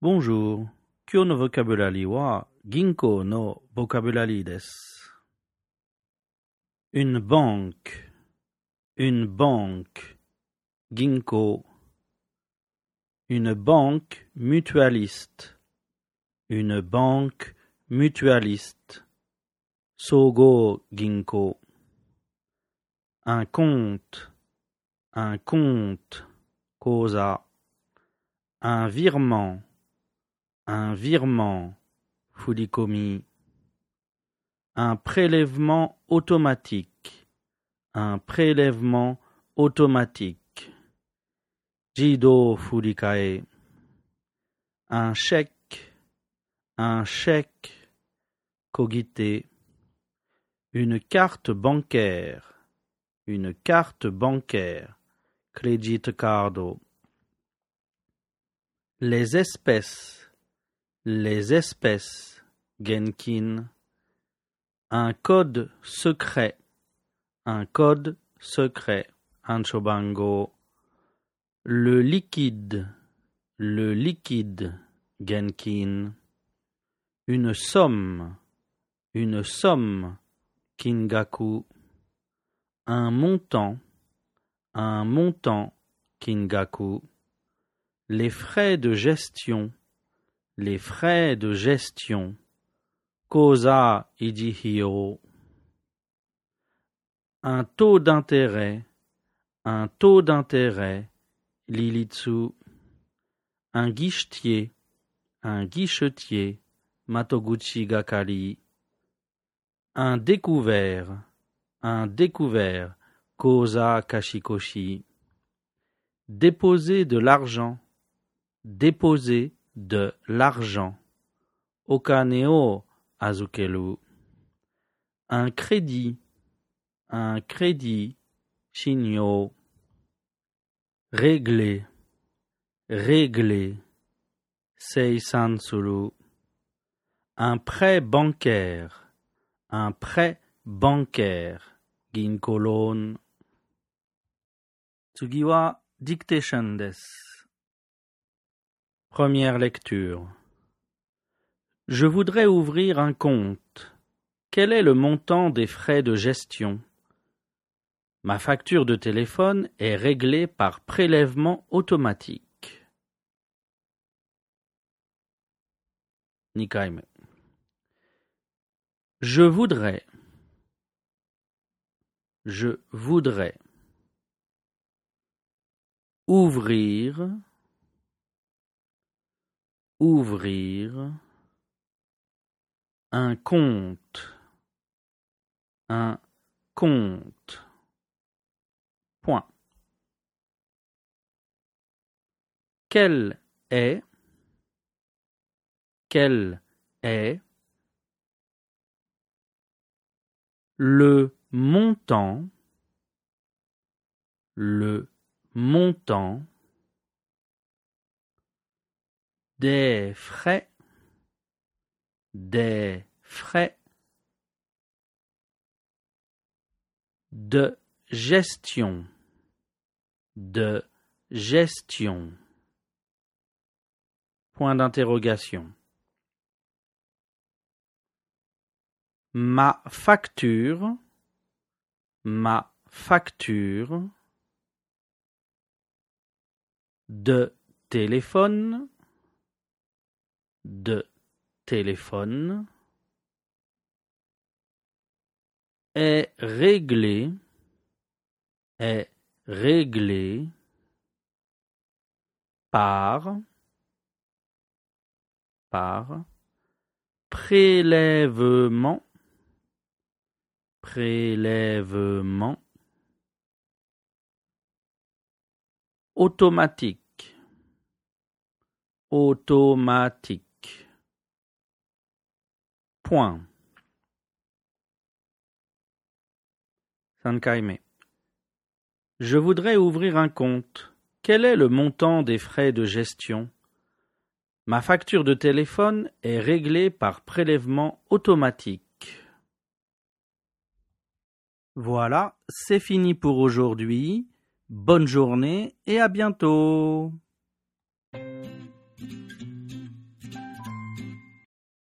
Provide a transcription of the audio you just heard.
Bonjour. Kyo no vocabulary wa ginko no vocabulary desu. Une banque. Une banque. Ginko. Une banque mutualiste. Une banque mutualiste. Sogo ginko. Un compte. Un compte. Kosa. Un virement. Un virement, furikomi. Un prélèvement automatique. Un prélèvement automatique. Jido furikae. Un chèque. Un chèque. Kogite. Une carte bancaire. Une carte bancaire. Credit cardo. Les espèces. Les espèces, genkin. Un code secret. Un code secret, anchobango. Le liquide. Le liquide, genkin. Une somme. Une somme, kingaku. Un montant. Un montant, kingaku. Les frais de gestion. Les frais de gestion. Kosa ijihiro. Un taux d'intérêt. Un taux d'intérêt. Lilitsu. Un guichetier. Un guichetier. Matoguchi gakari. Un découvert. Un découvert. Kosa kashikoshi. Déposer de l'argent. Déposer de l'argent. Okane o azukeru. Un crédit. Un crédit. Shinyo. Régler. Régler. Seisan suru. Un prêt bancaire. Un prêt bancaire. Ginko loan. Tsugi wa dictation desu. Première lecture. Je voudrais ouvrir un compte. Quel est le montant des frais de gestion? Ma facture de téléphone est réglée par prélèvement automatique. Nikaime. Je voudrais ouvrir un compte. Un compte. Point. Quel est le montant des frais de gestion Point d'interrogation. Ma facture de téléphone est réglée par prélèvement automatique. Point. Sankaime. Je voudrais ouvrir un compte. Quel est le montant des frais de gestion? Ma facture de téléphone est réglée par prélèvement automatique. Voilà, c'est fini pour aujourd'hui. Bonne journée et à bientôt.